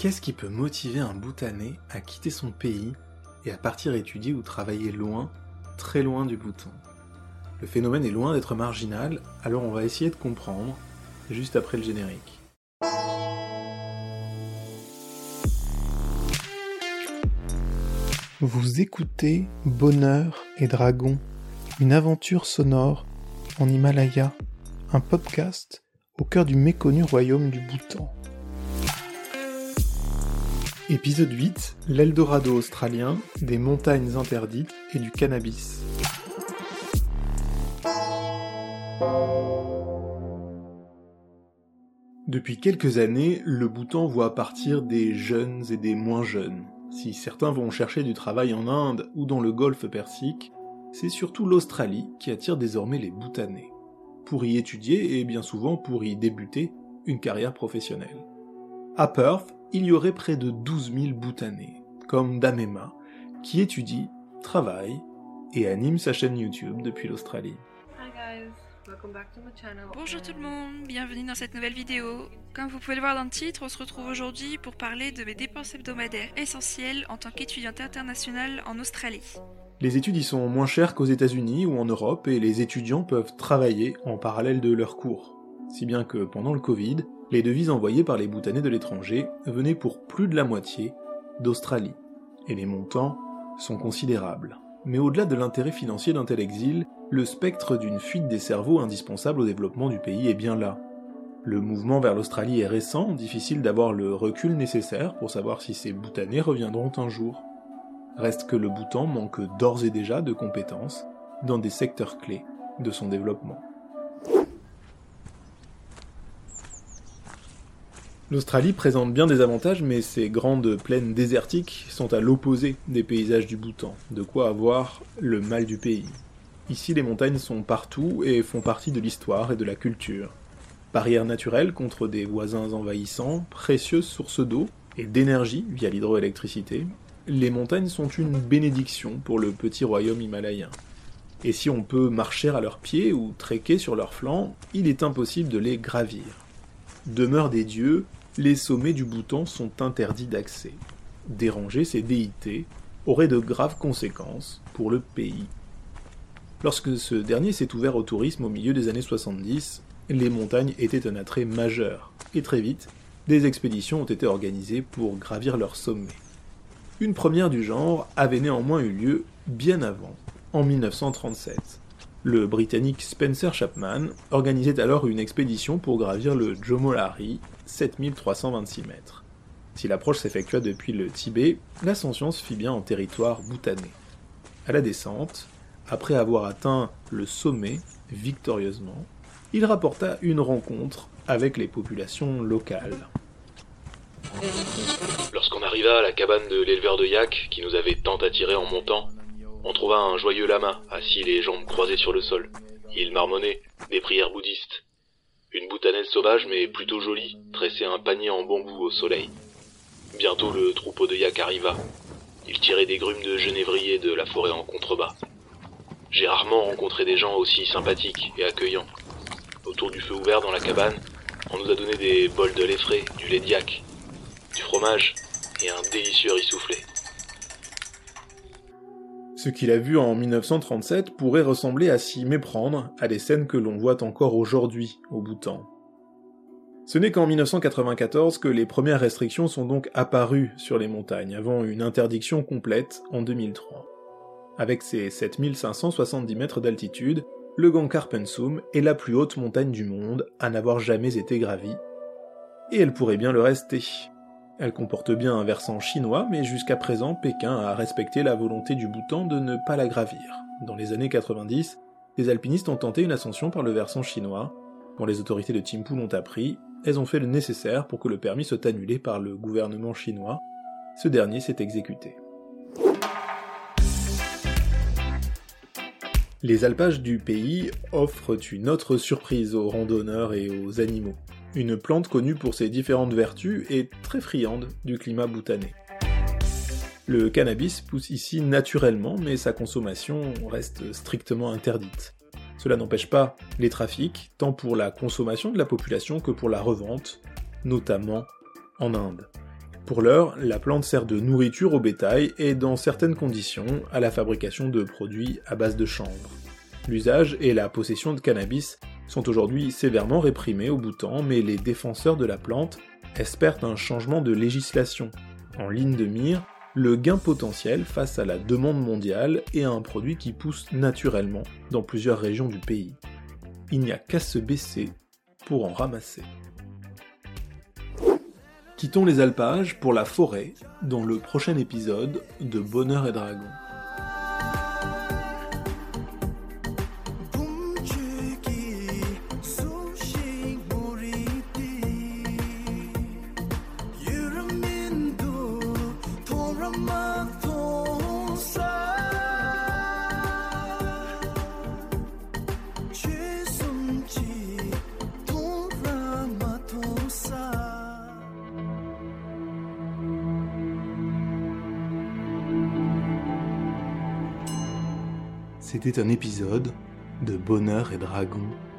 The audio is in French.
Qu'est-ce qui peut motiver un Bhoutanais à quitter son pays et à partir étudier ou travailler loin, très loin du Bhoutan ? Le phénomène est loin d'être marginal, alors on va essayer de comprendre, juste après le générique. Vous écoutez Bonheur et Dragon, une aventure sonore en Himalaya, un podcast au cœur du méconnu royaume du Bhoutan. Épisode 8, l'Eldorado australien, des montagnes interdites et du cannabis. Depuis quelques années, le Bhoutan voit partir des jeunes et des moins jeunes. Si certains vont chercher du travail en Inde ou dans le golfe Persique, c'est surtout l'Australie qui attire désormais les Bhoutanais, pour y étudier et bien souvent pour y débuter une carrière professionnelle. À Perth, il y aurait près de 12 000 Bhoutanais, comme Damema, qui étudie, travaille et anime sa chaîne YouTube depuis l'Australie. Bonjour tout le monde, bienvenue dans cette nouvelle vidéo. Comme vous pouvez le voir dans le titre, on se retrouve aujourd'hui pour parler de mes dépenses hebdomadaires essentielles en tant qu'étudiante internationale en Australie. Les études y sont moins chères qu'aux États-Unis ou en Europe et les étudiants peuvent travailler en parallèle de leurs cours. Si bien que pendant le Covid, les devises envoyées par les Bhoutanais de l'étranger venaient pour plus de la moitié d'Australie. Et les montants sont considérables. Mais au-delà de l'intérêt financier d'un tel exil, le spectre d'une fuite des cerveaux indispensable au développement du pays est bien là. Le mouvement vers l'Australie est récent, difficile d'avoir le recul nécessaire pour savoir si ces Bhoutanais reviendront un jour. Reste que le Bhoutan manque d'ores et déjà de compétences dans des secteurs clés de son développement. L'Australie présente bien des avantages, mais ses grandes plaines désertiques sont à l'opposé des paysages du Bhoutan, de quoi avoir le mal du pays. Ici, les montagnes sont partout et font partie de l'histoire et de la culture. Barrière naturelle contre des voisins envahissants, précieuse source d'eau et d'énergie via l'hydroélectricité, les montagnes sont une bénédiction pour le petit royaume himalayen. Et si on peut marcher à leurs pieds ou trekker sur leurs flancs, il est impossible de les gravir. Demeure des dieux, les sommets du Bhoutan sont interdits d'accès. Déranger ces déités aurait de graves conséquences pour le pays. Lorsque ce dernier s'est ouvert au tourisme au milieu des années 70, les montagnes étaient un attrait majeur, et très vite, des expéditions ont été organisées pour gravir leur sommet. Une première du genre avait néanmoins eu lieu bien avant, en 1937. Le Britannique Spencer Chapman organisait alors une expédition pour gravir le Jomolari, 7326 mètres. Si l'approche s'effectua depuis le Tibet, l'ascension se fit bien en territoire bhoutanais. À la descente, après avoir atteint le sommet victorieusement, il rapporta une rencontre avec les populations locales. Lorsqu'on arriva à la cabane de l'éleveur de yak qui nous avait tant attirés en montant, on trouva un joyeux lama, assis les jambes croisées sur le sol. Il marmonnait des prières bouddhistes. Une bhoutanelle sauvage mais plutôt jolie tressait un panier en bambou au soleil. Bientôt le troupeau de yak arriva. Il tirait des grumes de genévrier de la forêt en contrebas. J'ai rarement rencontré des gens aussi sympathiques et accueillants. Autour du feu ouvert dans la cabane, on nous a donné des bols de lait frais, du lait de yak, du fromage et un délicieux riz soufflé. Ce qu'il a vu en 1937 pourrait ressembler à s'y méprendre à des scènes que l'on voit encore aujourd'hui au Bhoutan. Ce n'est qu'en 1994 que les premières restrictions sont donc apparues sur les montagnes, avant une interdiction complète en 2003. Avec ses 7570 mètres d'altitude, le Gangkhar Puensum est la plus haute montagne du monde à n'avoir jamais été gravie, et elle pourrait bien le rester. Elle comporte bien un versant chinois, mais jusqu'à présent, Pékin a respecté la volonté du Bhoutan de ne pas la gravir. Dans les années 90, les alpinistes ont tenté une ascension par le versant chinois. Quand les autorités de Thimphu l'ont appris, elles ont fait le nécessaire pour que le permis soit annulé par le gouvernement chinois. Ce dernier s'est exécuté. Les alpages du pays offrent une autre surprise aux randonneurs et aux animaux. Une plante connue pour ses différentes vertus et très friande du climat bhoutanais. Le cannabis pousse ici naturellement, mais sa consommation reste strictement interdite. Cela n'empêche pas les trafics, tant pour la consommation de la population que pour la revente, notamment en Inde. Pour l'heure, la plante sert de nourriture au bétail et dans certaines conditions à la fabrication de produits à base de chanvre. L'usage et la possession de cannabis sont aujourd'hui sévèrement réprimés au Bhoutan, mais les défenseurs de la plante espèrent un changement de législation. En ligne de mire, le gain potentiel face à la demande mondiale et à un produit qui pousse naturellement dans plusieurs régions du pays. Il n'y a qu'à se baisser pour en ramasser. Quittons les alpages pour la forêt dans le prochain épisode de Bonheur et Dragon. C'était un épisode de Bonheur et Dragon.